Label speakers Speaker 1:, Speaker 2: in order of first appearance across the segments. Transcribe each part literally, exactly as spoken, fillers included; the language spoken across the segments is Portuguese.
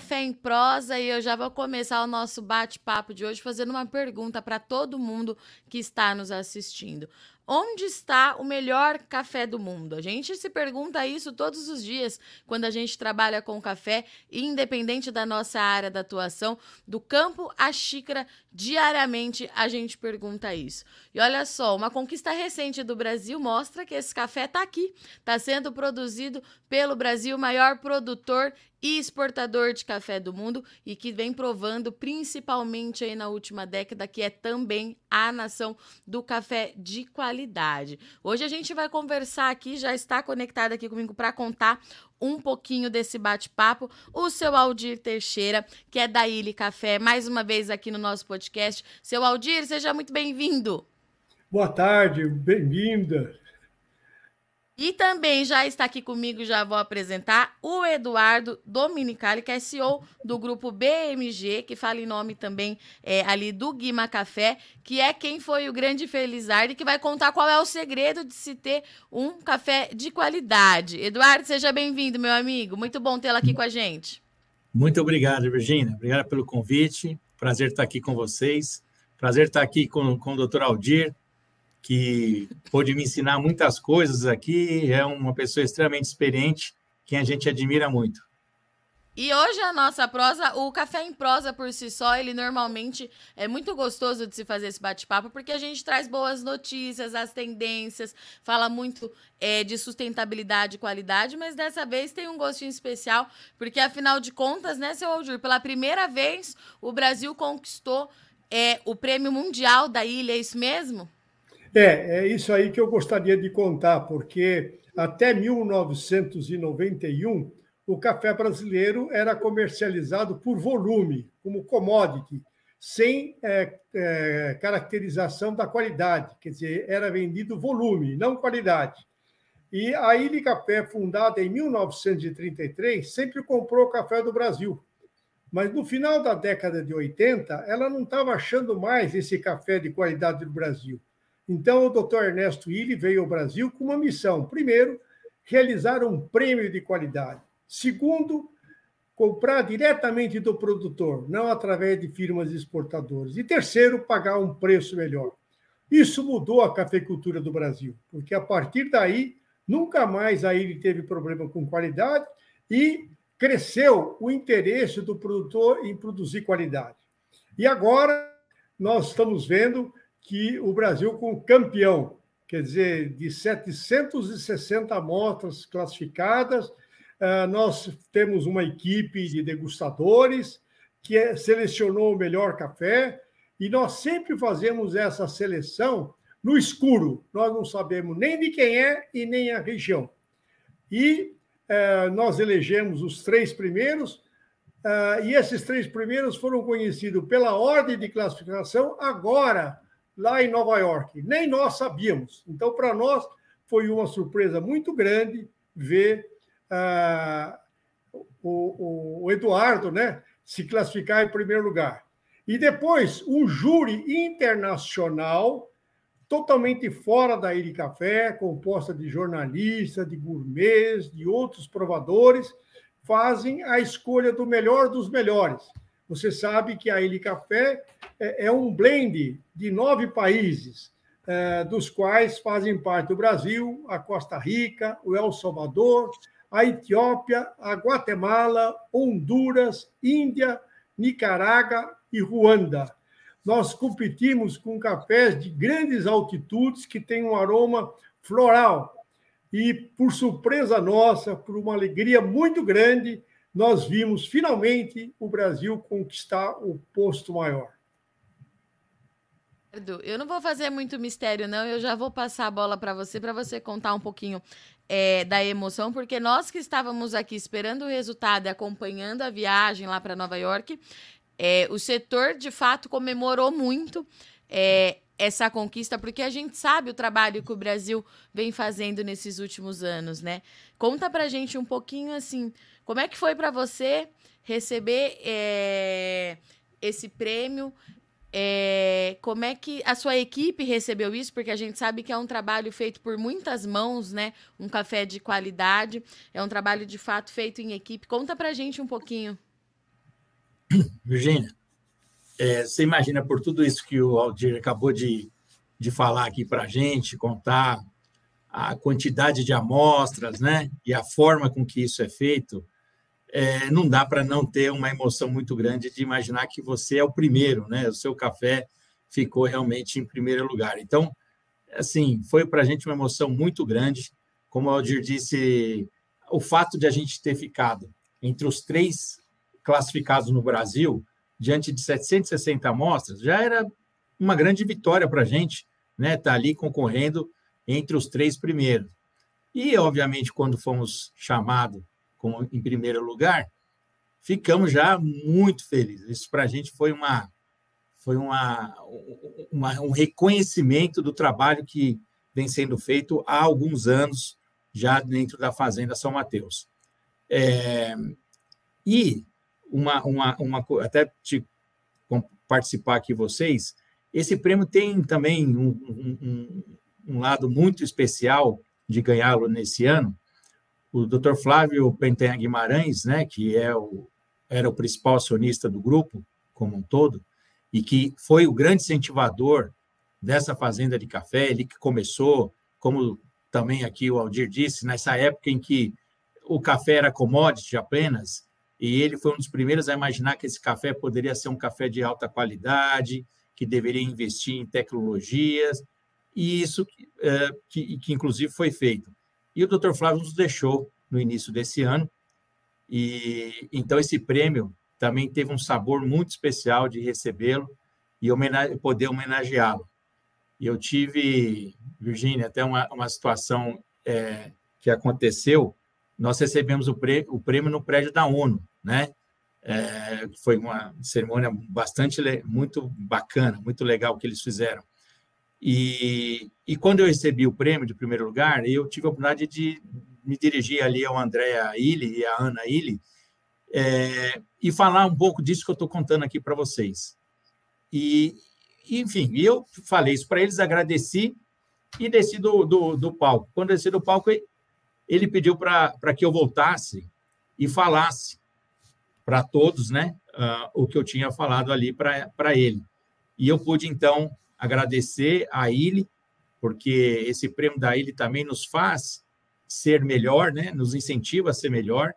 Speaker 1: Café em Prosa e eu já vou começar o nosso bate-papo de hoje fazendo uma pergunta para todo mundo que está nos assistindo. Onde está o melhor café do mundo? A gente se pergunta isso todos os dias quando a gente trabalha com café, independente da nossa área de atuação, do campo à xícara, diariamente a gente pergunta isso. E olha só, uma conquista recente do Brasil mostra que esse café está aqui, está sendo produzido pelo Brasil, o maior produtor e exportador de café do mundo e que vem provando, principalmente aí na última década, que é também a nação do café de qualidade. Hoje a gente vai conversar aqui, já está conectado aqui comigo para contar um pouquinho desse bate-papo, o seu Aldir Teixeira, que é da Ilha Café, mais uma vez aqui no nosso podcast. Seu Aldir, seja muito bem-vindo.
Speaker 2: Boa tarde, bem-vinda.
Speaker 1: E também já está aqui comigo, já vou apresentar, o Eduardo Dominicali, que é C E O do grupo B M G, que fala em nome também é, ali do Guima Café, que é quem foi o grande Felizardo e que vai contar qual é o segredo de se ter um café de qualidade. Eduardo, seja bem-vindo, meu amigo. Muito bom tê-lo aqui com a gente.
Speaker 3: Muito obrigado, Virgínia. Obrigado pelo convite. Prazer estar aqui com vocês. Prazer estar aqui com, com o doutor Aldir, que pôde me ensinar muitas coisas aqui, é uma pessoa extremamente experiente, quem a gente admira muito.
Speaker 1: E hoje a nossa prosa, o Café em Prosa por si só, ele normalmente é muito gostoso de se fazer esse bate-papo, porque a gente traz boas notícias, as tendências, fala muito é, de sustentabilidade e qualidade, mas dessa vez tem um gostinho especial, porque afinal de contas, né, seu Aldir, pela primeira vez o Brasil conquistou é, o Prêmio Mundial da Ilha, é isso mesmo?
Speaker 2: É, é isso aí que eu gostaria de contar, porque até mil novecentos e noventa e um o café brasileiro era comercializado por volume, como commodity, sem é, é, caracterização da qualidade, quer dizer, era vendido volume, não qualidade. E a Ilha Café, fundada em mil novecentos e trinta e três, sempre comprou café do Brasil. Mas no final da década de oitenta, ela não estava achando mais esse café de qualidade do Brasil. Então, o doutor Ernesto Illy veio ao Brasil com uma missão. Primeiro, realizar um prêmio de qualidade. Segundo, comprar diretamente do produtor, não através de firmas exportadoras. E terceiro, pagar um preço melhor. Isso mudou a cafeicultura do Brasil, porque a partir daí, nunca mais a Illy teve problema com qualidade e cresceu o interesse do produtor em produzir qualidade. E agora, nós estamos vendo que o Brasil com campeão, quer dizer, de setecentas e sessenta amostras classificadas, nós temos uma equipe de degustadores que selecionou o melhor café e nós sempre fazemos essa seleção no escuro. Nós não sabemos nem de quem é e nem a região. E nós elegemos os três primeiros e esses três primeiros foram conhecidos pela ordem de classificação agora, lá em Nova York. Nem nós sabíamos. Então, para nós, foi uma surpresa muito grande ver uh, o, o Eduardo, né, se classificar em primeiro lugar. E depois, um júri internacional, totalmente fora da Ilha Café, composta de jornalistas, de gourmets, de outros provadores, fazem a escolha do melhor dos melhores. Você sabe que a Ilha Café é um blend de nove países, dos quais fazem parte o Brasil, a Costa Rica, o El Salvador, a Etiópia, a Guatemala, Honduras, Índia, Nicarágua e Ruanda. Nós competimos com cafés de grandes altitudes que têm um aroma floral. E, por surpresa nossa, por uma alegria muito grande, nós vimos finalmente o Brasil conquistar o posto maior.
Speaker 1: Eu não vou fazer muito mistério, não. Eu já vou passar a bola para você, para você contar um pouquinho é, da emoção, porque nós que estávamos aqui esperando o resultado e acompanhando a viagem lá para Nova York, é, o setor, de fato, comemorou muito é, essa conquista, porque a gente sabe o trabalho que o Brasil vem fazendo nesses últimos anos, né? Conta pra gente um pouquinho, assim, como é que foi para você receber é, esse prêmio. É, como é que a sua equipe recebeu isso? Porque a gente sabe que é um trabalho feito por muitas mãos, né? Um café de qualidade. É um trabalho, de fato, feito em equipe. Conta pra gente um pouquinho.
Speaker 3: Virgínia, é, você imagina por tudo isso que o Aldir acabou de, de falar aqui para a gente, contar a quantidade de amostras, né, e a forma com que isso é feito, é, não dá para não ter uma emoção muito grande de imaginar que você é o primeiro, né, o seu café ficou realmente em primeiro lugar. Então, assim, foi para a gente uma emoção muito grande. Como o Aldir disse, o fato de a gente ter ficado entre os três classificados no Brasil, diante de setecentas e sessenta amostras, já era uma grande vitória para a gente, né, estar ali concorrendo entre os três primeiros. E, obviamente, quando fomos chamados como em primeiro lugar, ficamos já muito felizes. Isso para a gente foi, uma, foi uma, uma, um reconhecimento do trabalho que vem sendo feito há alguns anos, já dentro da Fazenda São Mateus. É, e, uma, uma, uma, até te participar aqui vocês, esse prêmio tem também um, um, um lado muito especial de ganhá-lo nesse ano. O doutor Flávio Pentenha Guimarães, né, que é o, era o principal acionista do grupo como um todo, e que foi o grande incentivador dessa fazenda de café, ele que começou, como também aqui o Aldir disse, nessa época em que o café era commodity apenas, e ele foi um dos primeiros a imaginar que esse café poderia ser um café de alta qualidade, que deveria investir em tecnologias, e isso é, que, que, inclusive, foi feito. E o doutor Flávio nos deixou no início desse ano, e então esse prêmio também teve um sabor muito especial de recebê-lo e homenage, poder homenageá-lo. E eu tive, Virgínia, até uma, uma situação é, que aconteceu, nós recebemos o prêmio, o prêmio no prédio da ONU, né? É, foi uma cerimônia bastante, muito bacana, muito legal que eles fizeram. E, e quando eu recebi o prêmio de primeiro lugar, eu tive a oportunidade de me dirigir ali ao Andréa Illy e à Ana Illy é, e falar um pouco disso que eu estou contando aqui para vocês. E, enfim, eu falei isso para eles, agradeci e desci do, do, do palco. Quando eu desci do palco, ele pediu para que eu voltasse e falasse para todos, né, uh, o que eu tinha falado ali para ele. E eu pude, então, agradecer a Illy, porque esse prêmio da Illy também nos faz ser melhor, né, nos incentiva a ser melhor,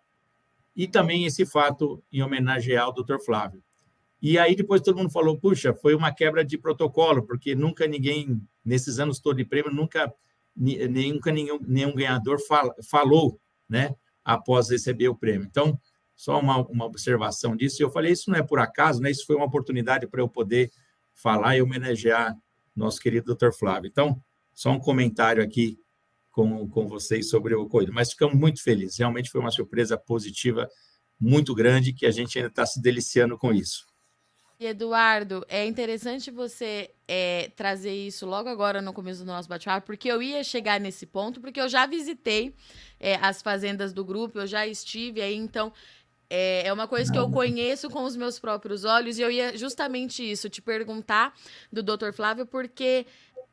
Speaker 3: e também esse fato em homenagear o doutor Flávio. E aí depois todo mundo falou, puxa, foi uma quebra de protocolo, porque nunca ninguém, nesses anos todos de prêmio, nunca, nunca nenhum, nenhum ganhador fal, falou, né, após receber o prêmio. Então, só uma, uma observação disso. E eu falei, isso não é por acaso, né? Isso foi uma oportunidade para eu poder falar e homenagear nosso querido doutor Flávio. Então, só um comentário aqui com, com vocês sobre o coisa. Mas ficamos muito felizes. Realmente foi uma surpresa positiva muito grande que a gente ainda está se deliciando com isso.
Speaker 1: Eduardo, é interessante você é, trazer isso logo agora no começo do nosso bate-papo, porque eu ia chegar nesse ponto, porque eu já visitei é, as fazendas do grupo, eu já estive aí, então é, é uma coisa que eu conheço com os meus próprios olhos, e eu ia justamente isso, te perguntar do doutor Flávio, porque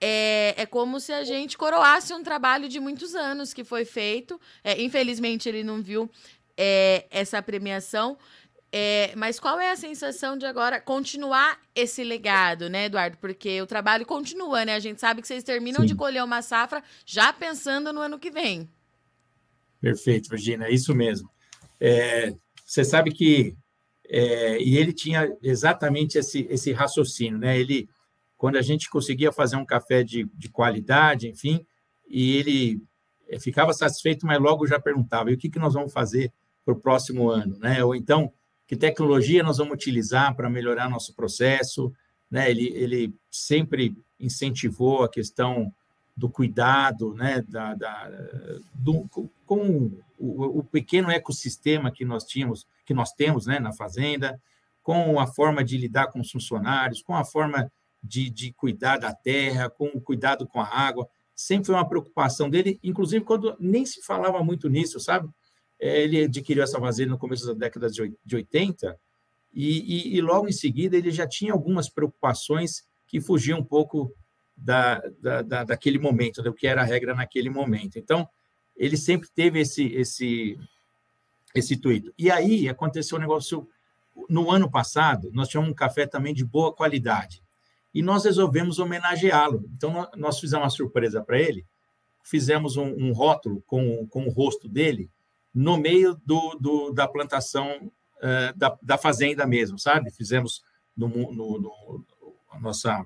Speaker 1: é, é como se a gente coroasse um trabalho de muitos anos que foi feito, é, infelizmente ele não viu é, essa premiação. É, mas qual é a sensação de agora continuar esse legado, né, Eduardo? Porque o trabalho continua, né? A gente sabe que vocês terminam Sim. de colher uma safra já pensando no ano que vem.
Speaker 3: Perfeito, Virgínia, é isso mesmo. É, você sabe que... É, e ele tinha exatamente esse, esse raciocínio, né? Ele, quando a gente conseguia fazer um café de, de qualidade, enfim, e ele ficava satisfeito, mas logo já perguntava, e o que, que nós vamos fazer para o próximo ano, né? Ou então... que tecnologia nós vamos utilizar para melhorar nosso processo, né? Ele, ele sempre incentivou a questão do cuidado, né? da, da, do, com o, o pequeno ecossistema que nós tínhamos, que nós temos, né? Na fazenda, com a forma de lidar com os funcionários, com a forma de, de cuidar da terra, com o cuidado com a água, sempre foi uma preocupação dele, inclusive quando nem se falava muito nisso, sabe? Ele adquiriu essa fazenda no começo da década de oitenta e, e, e logo em seguida ele já tinha algumas preocupações que fugiam um pouco da, da, da, daquele momento, do que era a regra naquele momento. Então, ele sempre teve esse, esse, esse intuito. E aí aconteceu um negócio no ano passado, nós tínhamos um café também de boa qualidade. E nós resolvemos homenageá-lo. Então, nós fizemos uma surpresa para ele, fizemos um, um rótulo com, com o rosto dele no meio do, do, da plantação, uh, da, da fazenda mesmo, sabe? Fizemos no, no, no, a nossa...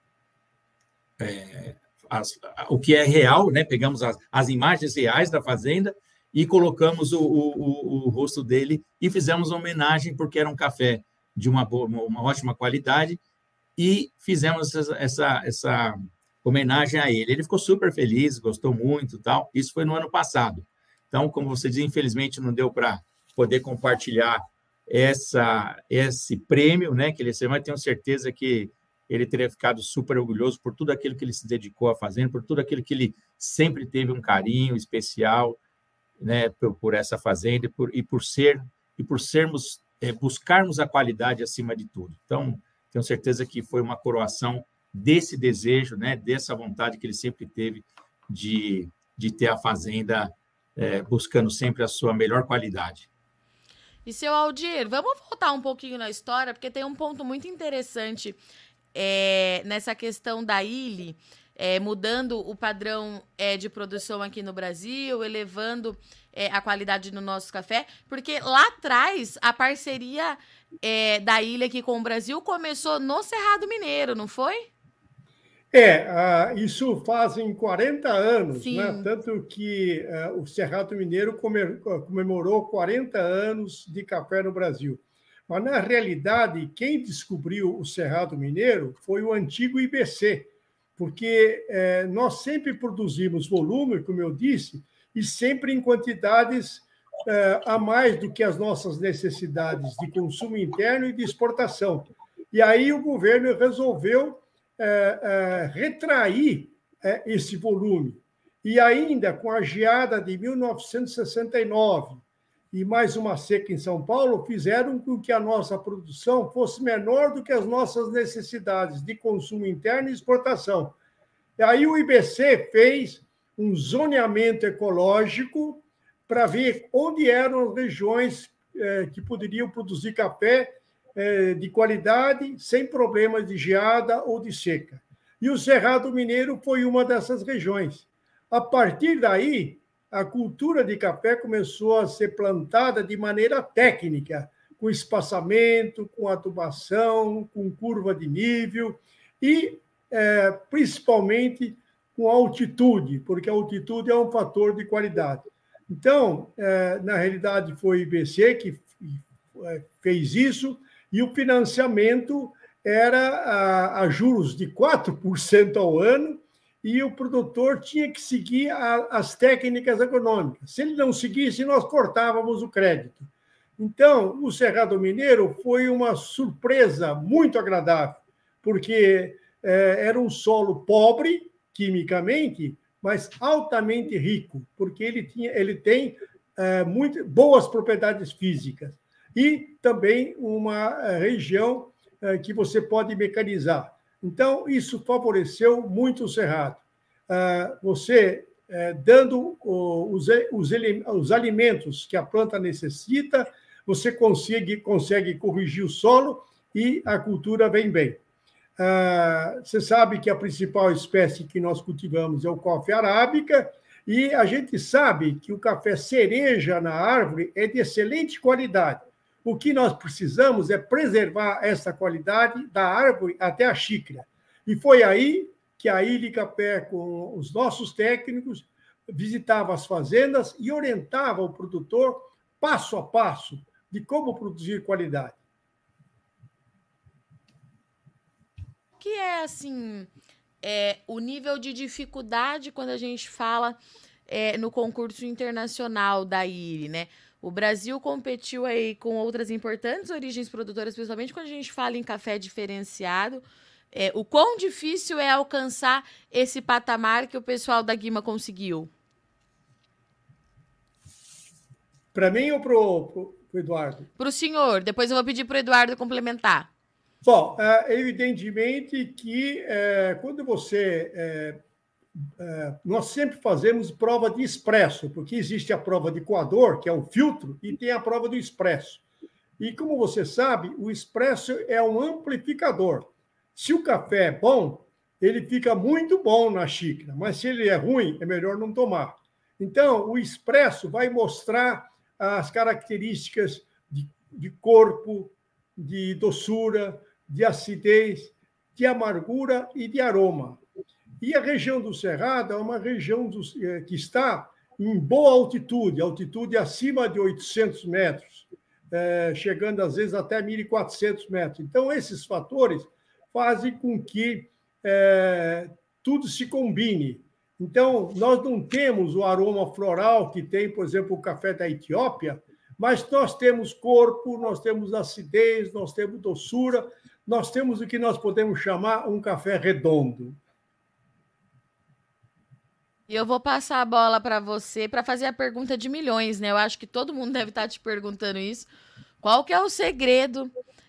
Speaker 3: É, as, o que é real, né? Pegamos as, as imagens reais da fazenda e colocamos o, o, o rosto dele e fizemos uma homenagem, porque era um café de uma, boa, uma ótima qualidade, e fizemos essa, essa, essa homenagem a ele. Ele ficou super feliz, gostou muito, tal. Isso foi no ano passado. Então, como você diz, infelizmente não deu para poder compartilhar essa, esse prêmio, né, que ele recebeu, mas tenho certeza que ele teria ficado super orgulhoso por tudo aquilo que ele se dedicou a fazer, por tudo aquilo que ele sempre teve um carinho especial, né, por, por essa fazenda e por, e por ser e por sermos é, buscarmos a qualidade acima de tudo. Então, tenho certeza que foi uma coroação desse desejo, né, dessa vontade que ele sempre teve de, de ter a fazenda é, buscando sempre a sua melhor qualidade.
Speaker 1: E, seu Aldir, vamos voltar um pouquinho na história, porque tem um ponto muito interessante é, nessa questão da I L I, é, mudando o padrão é, de produção aqui no Brasil, elevando é, a qualidade do nosso café, porque lá atrás a parceria é, da I L I aqui com o Brasil começou no Cerrado Mineiro, não foi?
Speaker 2: É, uh, isso fazem quarenta anos,
Speaker 1: Sim.
Speaker 2: né? Tanto que uh, o Cerrado Mineiro comemorou quarenta anos de café no Brasil. Mas, na realidade, quem descobriu o Cerrado Mineiro foi o antigo I B C, porque eh, nós sempre produzimos volume, como eu disse, e sempre em quantidades eh, a mais do que as nossas necessidades de consumo interno e de exportação. E aí o governo resolveu eh, eh, retrair eh, esse volume. E ainda com a geada de mil novecentos e sessenta e nove e mais uma seca em São Paulo, fizeram com que a nossa produção fosse menor do que as nossas necessidades de consumo interno e exportação. E aí o I B C fez um zoneamento ecológico para ver onde eram as regiões eh, que poderiam produzir café eh, de qualidade, sem problemas de geada ou de seca. E o Cerrado Mineiro foi uma dessas regiões. A partir daí, a cultura de café começou a ser plantada de maneira técnica, com espaçamento, com adubação, com curva de nível e, é, principalmente, com altitude, porque a altitude é um fator de qualidade. Então, é, na realidade, foi o I B C que fez isso e o financiamento era a, a juros de quatro por cento ao ano, e o produtor tinha que seguir a, as técnicas econômicas. Se ele não seguisse, nós cortávamos o crédito. Então, o Cerrado Mineiro foi uma surpresa muito agradável, porque eh, era um solo pobre, quimicamente, mas altamente rico, porque ele, tinha, ele tem eh, muito, boas propriedades físicas e também uma eh, região eh, que você pode mecanizar. Então, isso favoreceu muito o Cerrado. Você, dando os, os, os alimentos que a planta necessita, você consegue, consegue corrigir o solo e a cultura vem bem. Você sabe que a principal espécie que nós cultivamos é o coffea arábica, e a gente sabe que o café cereja na árvore é de excelente qualidade. O que nós precisamos é preservar essa qualidade da árvore até a xícara. E foi aí que a I L I Café, com os nossos técnicos, visitava as fazendas e orientava o produtor passo a passo de como produzir qualidade.
Speaker 1: Que é, assim, é, o nível de dificuldade quando a gente fala é, no concurso internacional da I L I, né? O Brasil competiu aí com outras importantes origens produtoras, principalmente quando a gente fala em café diferenciado. É, o quão difícil é alcançar esse patamar que o pessoal da Guima conseguiu?
Speaker 2: Para mim ou para o Eduardo?
Speaker 1: Para o senhor. Depois eu vou pedir para o Eduardo complementar.
Speaker 2: Bom, é evidentemente que é, quando você... É, é, nós sempre fazemos prova de expresso, porque existe a prova de coador, que é o filtro, e tem a prova do expresso. E, como você sabe, o expresso é um amplificador. Se o café é bom, ele fica muito bom na xícara, mas se ele é ruim, é melhor não tomar. Então, o expresso vai mostrar as características de, de corpo, de doçura, de acidez, de amargura e de aroma. E a região do Cerrado é uma região do, que está em boa altitude, altitude acima de oitocentos metros, é, chegando às vezes até mil e quatrocentos metros. Então, esses fatores fazem com que é, tudo se combine. Então, nós não temos o aroma floral que tem, por exemplo, o café da Etiópia, mas nós temos corpo, nós temos acidez, nós temos doçura, nós temos o que nós podemos chamar um café redondo.
Speaker 1: E eu vou passar a bola para você para fazer a pergunta de milhões, né? Eu acho que todo mundo deve estar te perguntando isso. Qual que é o segredo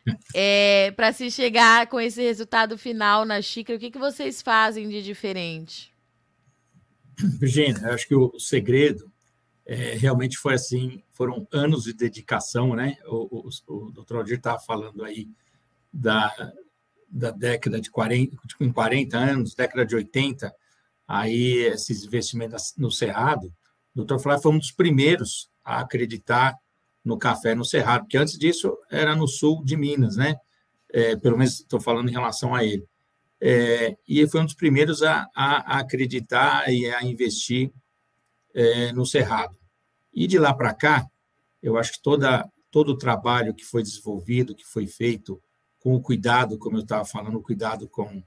Speaker 1: é, para se chegar com esse resultado final na xícara? O que, que vocês fazem de diferente?
Speaker 3: Virginia, eu acho que o segredo é, realmente foi assim, foram anos de dedicação, né? O, o, o doutor Aldir estava falando aí da, da década de quarenta, em quarenta anos, década de oitenta, aí esses investimentos no Cerrado. O doutor Flávio foi um dos primeiros a acreditar no café no Cerrado, porque antes disso era no sul de Minas, né? É, pelo menos estou falando em relação a ele. É, e ele foi um dos primeiros a, a, a acreditar e a investir é, no Cerrado. E de lá para cá, eu acho que toda, todo o trabalho que foi desenvolvido, que foi feito com o cuidado, como eu estava falando, o cuidado com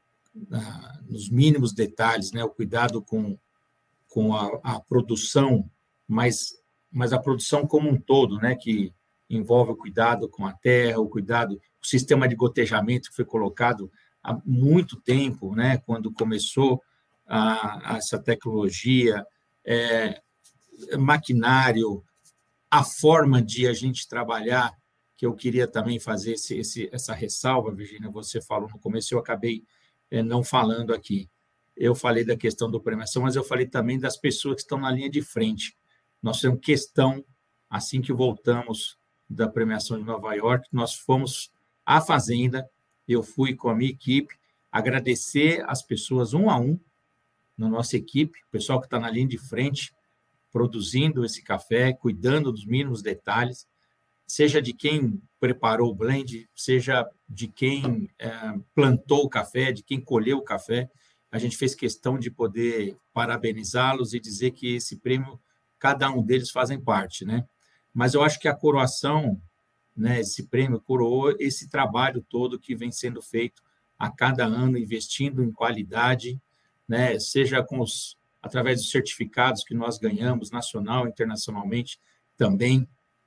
Speaker 3: ah, nos mínimos detalhes, né? O cuidado com, com a, a produção, mas, mas a produção como um todo, né? Que envolve o cuidado com a terra, o cuidado, o sistema de gotejamento que foi colocado há muito tempo, né? Quando começou a, a essa tecnologia, é, maquinário, a forma de a gente trabalhar, que eu queria também fazer esse, esse, essa ressalva, Virginia, você falou no começo, eu acabei é, não falando aqui. Eu falei da questão da premiação, mas eu falei também das pessoas que estão na linha de frente. Nós temos questão, assim que voltamos da premiação de Nova York, nós fomos à fazenda, eu fui com a minha equipe, agradecer as pessoas um a um, na nossa equipe, o pessoal que está na linha de frente, produzindo esse café, cuidando dos mínimos detalhes, seja de quem preparou o blend, seja de quem é, plantou o café, de quem colheu o café. A gente fez questão de poder parabenizá-los e dizer que esse prêmio, cada um deles fazem parte, né? Mas eu acho que a coroação, né, esse prêmio coroou esse trabalho todo que vem sendo feito a cada ano, investindo em qualidade, né, seja com os, através dos certificados que nós ganhamos, nacional e internacionalmente também.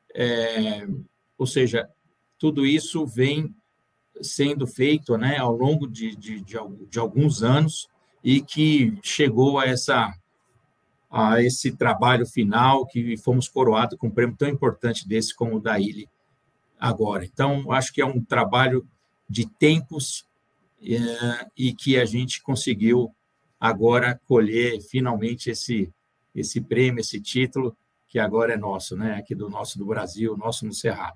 Speaker 3: É, ou seja, tudo isso vem sendo feito, né, ao longo de, de, de, de alguns anos e que chegou a, essa, a esse trabalho final que fomos coroados com um prêmio tão importante desse como o da Ilha agora. Então, acho que é um trabalho de tempos é, e que a gente conseguiu agora colher finalmente esse, esse prêmio, esse título, que agora é nosso, né? Aqui do nosso do Brasil, nosso no Cerrado.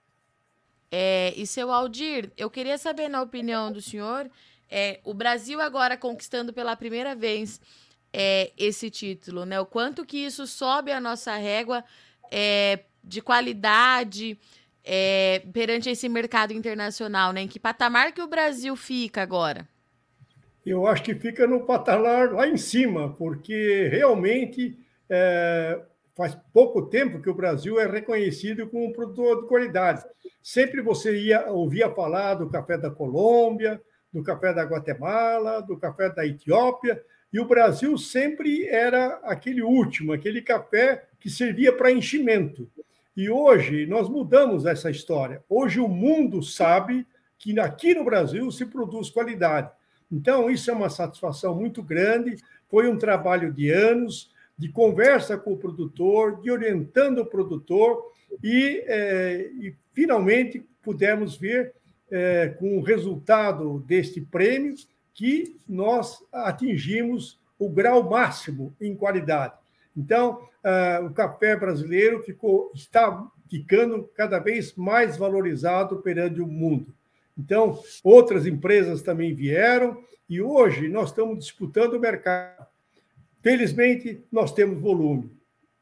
Speaker 1: É, e, seu Aldir, eu queria saber, na opinião do senhor, é, o Brasil agora conquistando pela primeira vez é, esse título, né? O quanto que isso sobe a nossa régua é, de qualidade é, perante esse mercado internacional, né? Em que patamar que o Brasil fica agora?
Speaker 2: Eu acho que fica no patamar lá em cima, porque realmente é, faz pouco tempo que o Brasil é reconhecido como um produtor de qualidade. Sempre você ia ouvia falar do café da Colômbia, do café da Guatemala, do café da Etiópia, e o Brasil sempre era aquele último, aquele café que servia para enchimento. E hoje nós mudamos essa história. Hoje o mundo sabe que aqui no Brasil se produz qualidade. Então, isso é uma satisfação muito grande. Foi um trabalho de anos, de conversa com o produtor, de orientando o produtor, e, é, e finalmente pudemos ver, é, com o resultado deste prêmio, que nós atingimos o grau máximo em qualidade. Então, uh, o café brasileiro ficou, está ficando cada vez mais valorizado perante o mundo. Então, outras empresas também vieram e hoje nós estamos disputando o mercado. Felizmente, nós temos volume.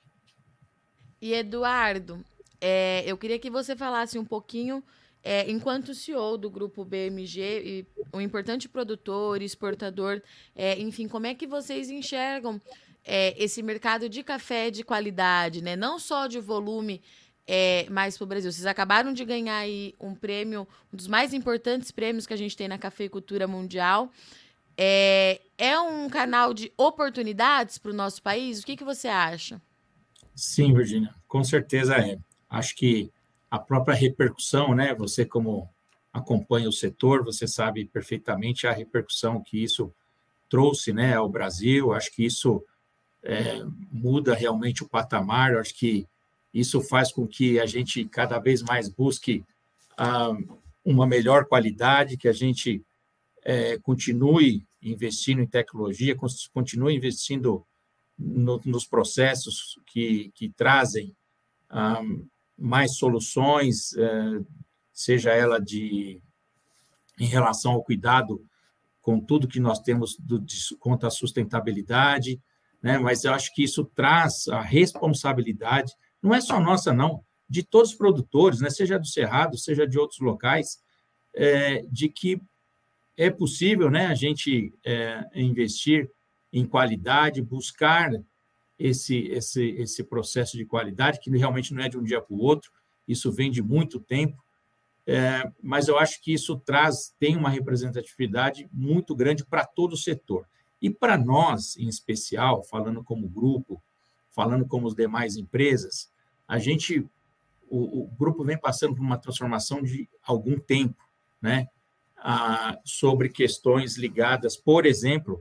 Speaker 1: E, Eduardo, é, eu queria que você falasse um pouquinho, é, enquanto C E O do Grupo B M G, e um importante produtor, exportador, é, enfim, como é que vocês enxergam é, esse mercado de café de qualidade, né? Não só de volume, é, mais para o Brasil. Vocês acabaram de ganhar aí um prêmio, um dos mais importantes prêmios que a gente tem na cafeicultura mundial. É, é um canal de oportunidades para o nosso país? O que, que você acha?
Speaker 3: Sim, Virgínia, com certeza é. Acho que a própria repercussão, né? Você como acompanha o setor, você sabe perfeitamente a repercussão que isso trouxe, né, ao Brasil. Acho que isso é, muda realmente o patamar. Acho que isso faz com que a gente cada vez mais busque ah, uma melhor qualidade, que a gente é, continue investindo em tecnologia, continue investindo no, nos processos que, que trazem ah, mais soluções, eh, seja ela de em relação ao cuidado com tudo que nós temos do, de, quanto à sustentabilidade, né? Mas eu acho que isso traz a responsabilidade, não é só nossa, não, de todos os produtores, né? Seja do Cerrado, seja de outros locais, é, de que é possível, né, a gente é, investir em qualidade, buscar esse, esse, esse processo de qualidade, que realmente não é de um dia para o outro, isso vem de muito tempo, é, mas eu acho que isso traz, tem uma representatividade muito grande para todo o setor. E para nós, em especial, falando como grupo, falando como as demais empresas, a gente, o, o grupo vem passando por uma transformação de algum tempo, né? Ah, sobre questões ligadas, por exemplo,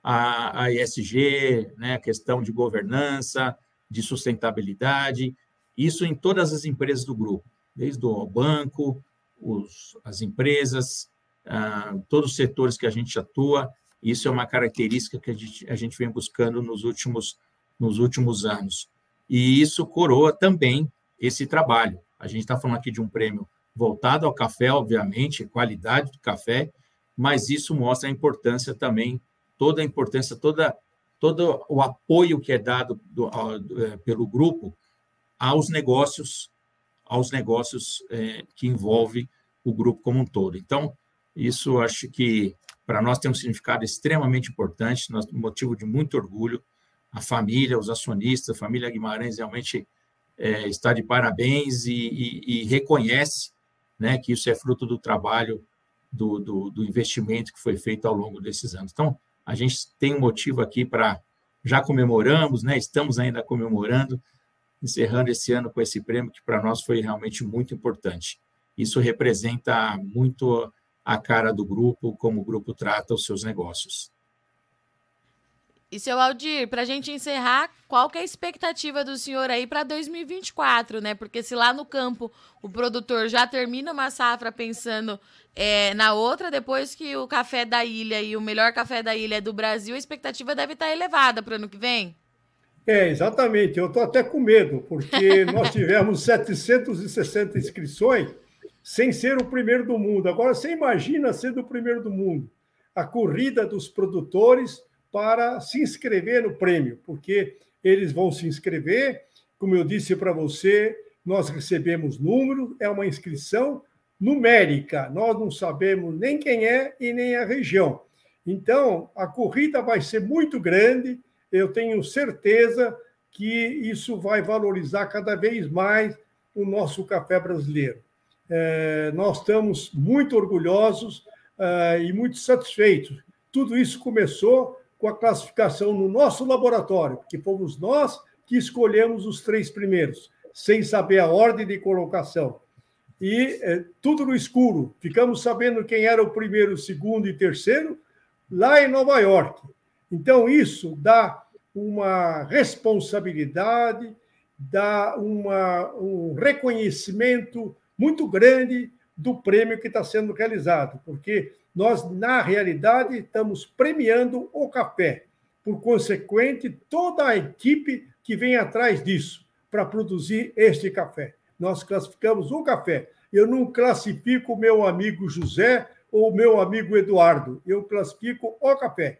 Speaker 3: a, a E S G, né, a questão de governança, de sustentabilidade, isso em todas as empresas do grupo, desde o banco, os, as empresas, ah, todos os setores que a gente atua, isso é uma característica que a gente, a gente vem buscando nos últimos, nos últimos anos. E isso coroa também esse trabalho. A gente está falando aqui de um prêmio voltado ao café, obviamente, qualidade do café, mas isso mostra a importância também, toda a importância, toda, todo o apoio que é dado do, do, pelo grupo aos negócios, aos negócios é, que envolve o grupo como um todo. Então, isso acho que para nós tem um significado extremamente importante, nós, motivo de muito orgulho. A família, os acionistas, a família Guimarães realmente é, está de parabéns e, e, e reconhece, né, que isso é fruto do trabalho, do, do, do investimento que foi feito ao longo desses anos. Então, a gente tem um motivo aqui para, já comemoramos, né, estamos ainda comemorando, encerrando esse ano com esse prêmio, que para nós foi realmente muito importante. Isso representa muito a cara do grupo, como o grupo trata os seus negócios.
Speaker 1: E, seu Aldir, para a gente encerrar, qual que é a expectativa do senhor aí para dois mil e vinte e quatro, né? Porque se lá no campo o produtor já termina uma safra pensando é, na outra, depois que o café da ilha e o melhor café da ilha é do Brasil, a expectativa deve estar elevada para o ano que vem?
Speaker 2: É, exatamente. Eu estou até com medo, porque nós tivemos setecentas e sessenta inscrições sem ser o primeiro do mundo. Agora, você imagina sendo o primeiro do mundo. A corrida dos produtores para se inscrever no prêmio, porque eles vão se inscrever, como eu disse para você, nós recebemos número, é uma inscrição numérica, nós não sabemos nem quem é e nem a região. Então, a corrida vai ser muito grande, eu tenho certeza que isso vai valorizar cada vez mais o nosso café brasileiro. É, nós estamos muito orgulhosos é, e muito satisfeitos. Tudo isso começou com a classificação no nosso laboratório, porque fomos nós que escolhemos os três primeiros, sem saber a ordem de colocação. E é, tudo no escuro. Ficamos sabendo quem era o primeiro, o segundo e terceiro, lá em Nova York. Então, isso dá uma responsabilidade, dá uma, um reconhecimento muito grande do prêmio que está sendo realizado, porque nós, na realidade, estamos premiando o café. Por consequente, toda a equipe que vem atrás disso para produzir este café. Nós classificamos o café. Eu não classifico o meu amigo José ou o meu amigo Eduardo. Eu classifico o café.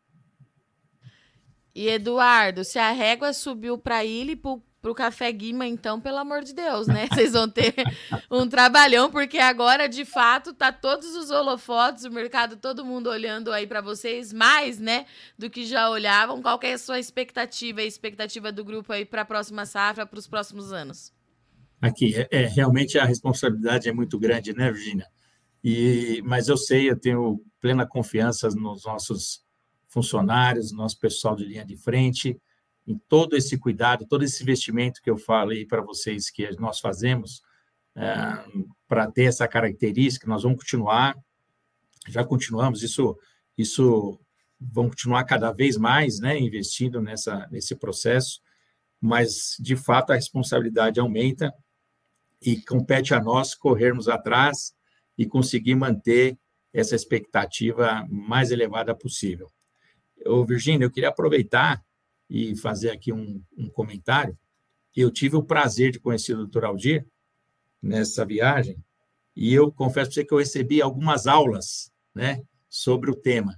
Speaker 1: E, Eduardo, se a régua subiu para ele e para o Café Guima, então, pelo amor de Deus, né? Vocês vão ter um trabalhão, porque agora, de fato, tá todos os holofotes, o mercado, todo mundo olhando aí para vocês, mais, né, do que já olhavam. Qual que é a sua expectativa, a expectativa do grupo aí para a próxima safra, para os próximos anos?
Speaker 3: Aqui, é, é, realmente a responsabilidade é muito grande, né, Virginia? E, mas eu sei, eu tenho plena confiança nos nossos funcionários, nosso pessoal de linha de frente, em todo esse cuidado, todo esse investimento que eu falei para vocês que nós fazemos, é, para ter essa característica, nós vamos continuar, já continuamos, isso, isso vamos continuar cada vez mais, né, investindo nessa, nesse processo, mas, de fato, a responsabilidade aumenta e compete a nós corrermos atrás e conseguir manter essa expectativa mais elevada possível. Ô, Virgínia, eu queria aproveitar e fazer aqui um, um comentário. Eu tive o prazer de conhecer o doutor Aldir nessa viagem e eu confesso para você que eu recebi algumas aulas, né, sobre o tema.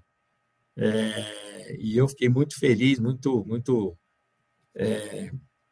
Speaker 3: É, e eu fiquei muito feliz, muito, muito é,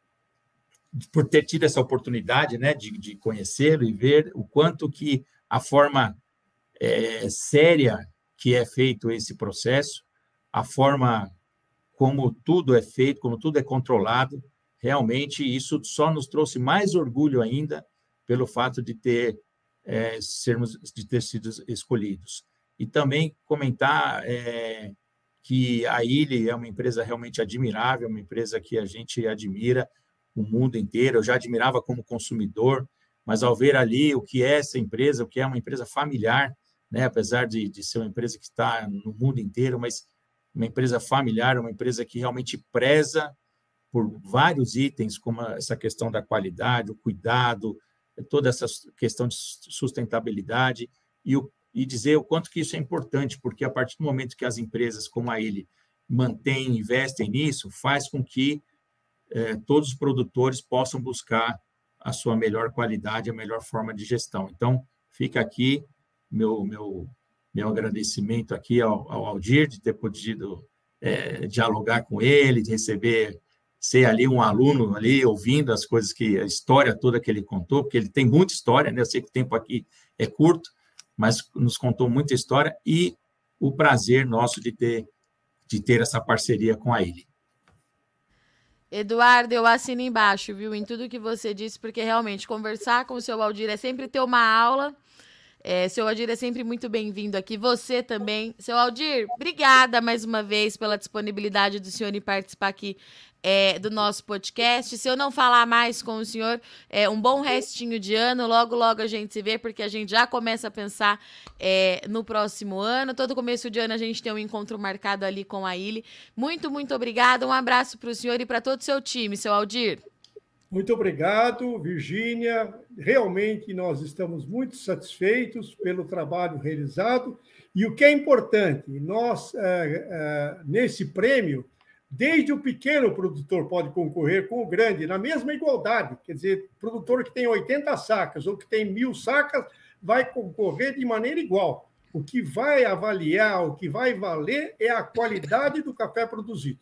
Speaker 3: por ter tido essa oportunidade, né, de, de conhecê-lo e ver o quanto que a forma é, séria que é feito esse processo, a forma como tudo é feito, como tudo é controlado, realmente isso só nos trouxe mais orgulho ainda pelo fato de ter, é, sermos, de ter sido escolhidos. E também comentar é, que a I L I é uma empresa realmente admirável, uma empresa que a gente admira o mundo inteiro. Eu já admirava como consumidor, mas ao ver ali o que é essa empresa, o que é uma empresa familiar, né, apesar de, de ser uma empresa que está no mundo inteiro, mas uma empresa familiar, uma empresa que realmente preza por vários itens, como essa questão da qualidade, o cuidado, toda essa questão de sustentabilidade, e, o, e dizer o quanto que isso é importante, porque a partir do momento que as empresas como a I L I mantêm, investem nisso, faz com que eh, todos os produtores possam buscar a sua melhor qualidade, a melhor forma de gestão. Então, fica aqui meu, meu, meu agradecimento aqui ao, ao Aldir de ter podido é, dialogar com ele, de receber, ser ali um aluno ali, ouvindo as coisas que, a história toda que ele contou, porque ele tem muita história, né? Eu sei que o tempo aqui é curto, mas nos contou muita história e o prazer nosso de ter, de ter essa parceria com a I L I.
Speaker 1: Eduardo, eu assino embaixo, viu, em tudo que você disse, porque realmente conversar com o seu Aldir é sempre ter uma aula. É, seu Aldir é sempre muito bem-vindo aqui, você também. Seu Aldir, obrigada mais uma vez pela disponibilidade do senhor em participar aqui é, do nosso podcast. Se eu não falar mais com o senhor, é, um bom restinho de ano, logo, logo a gente se vê, porque a gente já começa a pensar é, no próximo ano. Todo começo de ano a gente tem um encontro marcado ali com a I L I. Muito, muito obrigada, um abraço para o senhor e para todo o seu time, seu Aldir.
Speaker 2: Muito obrigado, Virgínia. Realmente nós estamos muito satisfeitos pelo trabalho realizado. E o que é importante, nós, é, é, nesse prêmio, desde o pequeno produtor pode concorrer com o grande, na mesma igualdade. Quer dizer, produtor que tem oitenta sacas ou que tem mil sacas vai concorrer de maneira igual. O que vai avaliar, o que vai valer é a qualidade do café produzido.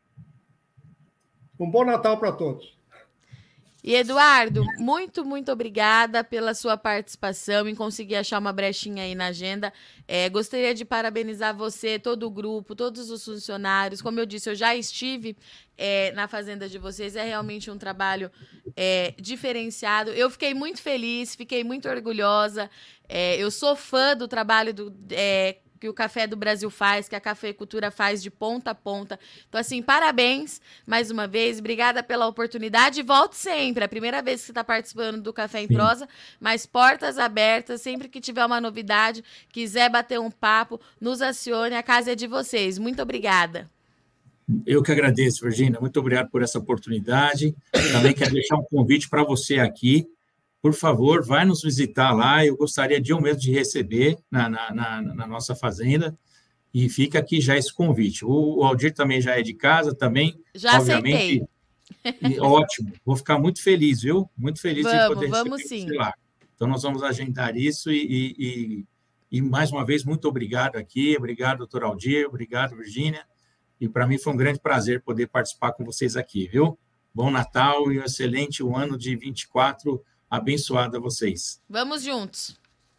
Speaker 2: Um bom Natal para todos.
Speaker 1: E, Eduardo, muito, muito obrigada pela sua participação, em conseguir achar uma brechinha aí na agenda. É, gostaria de parabenizar você, todo o grupo, todos os funcionários. Como eu disse, eu já estive é, na fazenda de vocês, é realmente um trabalho é, diferenciado. Eu fiquei muito feliz, fiquei muito orgulhosa. É, eu sou fã do trabalho do... É, que o Café do Brasil faz, que a cafeicultura faz de ponta a ponta. Então, assim, parabéns mais uma vez, obrigada pela oportunidade e volte sempre. É a primeira vez que você está participando do Café em Sim. Prosa, mas portas abertas, sempre que tiver uma novidade, quiser bater um papo, nos acione, a casa é de vocês. Muito obrigada.
Speaker 3: Eu que agradeço, Virgínia, muito obrigado por essa oportunidade. Também quero deixar um convite para você aqui. Por favor, vai nos visitar lá. Eu gostaria de eu mesmo de receber na, na, na, na nossa fazenda. E fica aqui já esse convite. O, o Aldir também já é de casa, também.
Speaker 1: Já
Speaker 3: obviamente,
Speaker 1: aceitei.
Speaker 3: E, ótimo, vou ficar muito feliz, viu? Muito feliz de
Speaker 1: Vamos,
Speaker 3: poder
Speaker 1: vamos
Speaker 3: receber
Speaker 1: sim.
Speaker 3: você lá. Então, nós vamos agendar isso e, e, e, mais uma vez, muito obrigado aqui. Obrigado, doutor Aldir. Obrigado, Virgínia. E para mim foi um grande prazer poder participar com vocês aqui, viu? Bom Natal e um excelente um ano de vinte e quatro abençoado a vocês.
Speaker 1: Vamos juntos.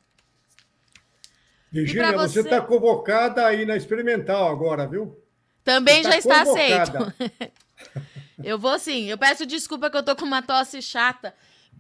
Speaker 2: Virgínia, você está convocada aí na Experimental agora, viu?
Speaker 1: Também
Speaker 2: você
Speaker 1: já está
Speaker 2: convocada.
Speaker 1: aceito. Eu vou sim. Eu peço desculpa que eu tô com uma tosse chata,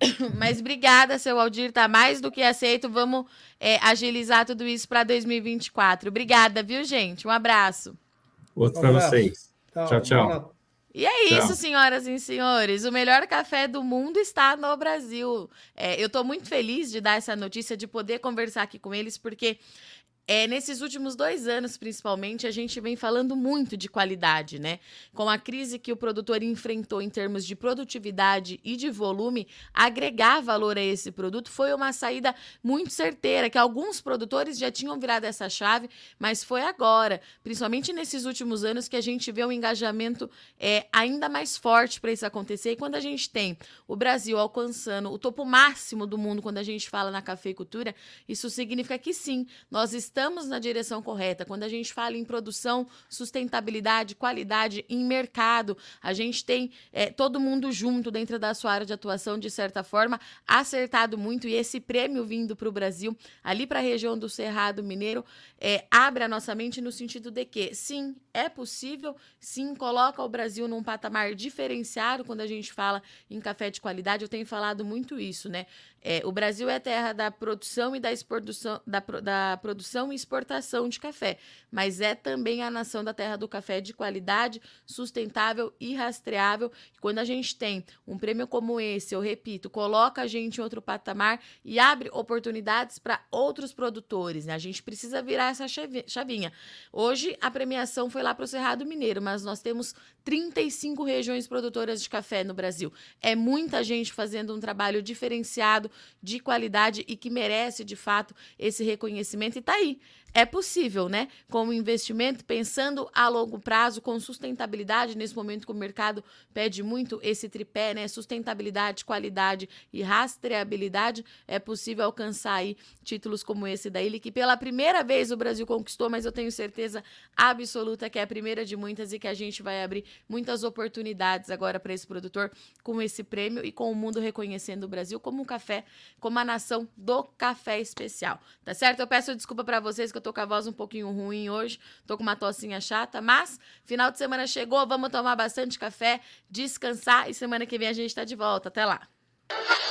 Speaker 1: mas obrigada, seu Aldir, tá mais do que aceito. Vamos é, agilizar tudo isso para dois mil e vinte e quatro. Obrigada, viu, gente? Um abraço.
Speaker 3: Outro um para vocês.
Speaker 2: Tá,
Speaker 3: tchau, tchau.
Speaker 1: E é
Speaker 3: tchau.
Speaker 1: isso, senhoras e senhores. O melhor café do mundo está no Brasil. É, eu estou muito feliz de dar essa notícia, de poder conversar aqui com eles, porque É, nesses últimos dois anos, principalmente, a gente vem falando muito de qualidade, né? Com a crise que o produtor enfrentou em termos de produtividade e de volume, agregar valor a esse produto foi uma saída muito certeira, que alguns produtores já tinham virado essa chave, mas foi agora, principalmente nesses últimos anos, que a gente vê um engajamento é, ainda mais forte para isso acontecer. E quando a gente tem o Brasil alcançando o topo máximo do mundo quando a gente fala na cafeicultura, isso significa que sim, nós estamos Estamos na direção correta. Quando a gente fala em produção, sustentabilidade, qualidade, em mercado, a gente tem é, todo mundo junto dentro da sua área de atuação, de certa forma, acertado muito. E esse prêmio vindo para o Brasil, ali para a região do Cerrado Mineiro, é, abre a nossa mente no sentido de que, sim, é possível, sim, coloca o Brasil num patamar diferenciado quando a gente fala em café de qualidade. Eu tenho falado muito isso, né? É, o Brasil é terra da produção e da exportação, da, da produção e exportação de café, mas é também a nação da terra do café de qualidade, sustentável e rastreável. Quando a gente tem um prêmio como esse, eu repito, coloca a gente em outro patamar e abre oportunidades para outros produtores, né? A gente precisa virar essa chavinha. Hoje a premiação foi lá para o Cerrado Mineiro, mas nós temos trinta e cinco regiões produtoras de café no Brasil. É muita gente fazendo um trabalho diferenciado, de qualidade e que merece, de fato, esse reconhecimento. E tá aí. É possível, né? Com o investimento, pensando a longo prazo, com sustentabilidade, nesse momento que o mercado pede muito esse tripé, né? Sustentabilidade, qualidade e rastreabilidade, é possível alcançar aí títulos como esse da Ilha, que pela primeira vez o Brasil conquistou, mas eu tenho certeza absoluta que é a primeira de muitas e que a gente vai abrir muitas oportunidades agora para esse produtor com esse prêmio e com o mundo reconhecendo o Brasil como um café, como a nação do café especial, tá certo? Eu peço desculpa para vocês que eu tô com a voz um pouquinho ruim hoje, tô com uma tossinha chata, mas final de semana chegou, vamos tomar bastante café, descansar e semana que vem a gente tá de volta. Até lá!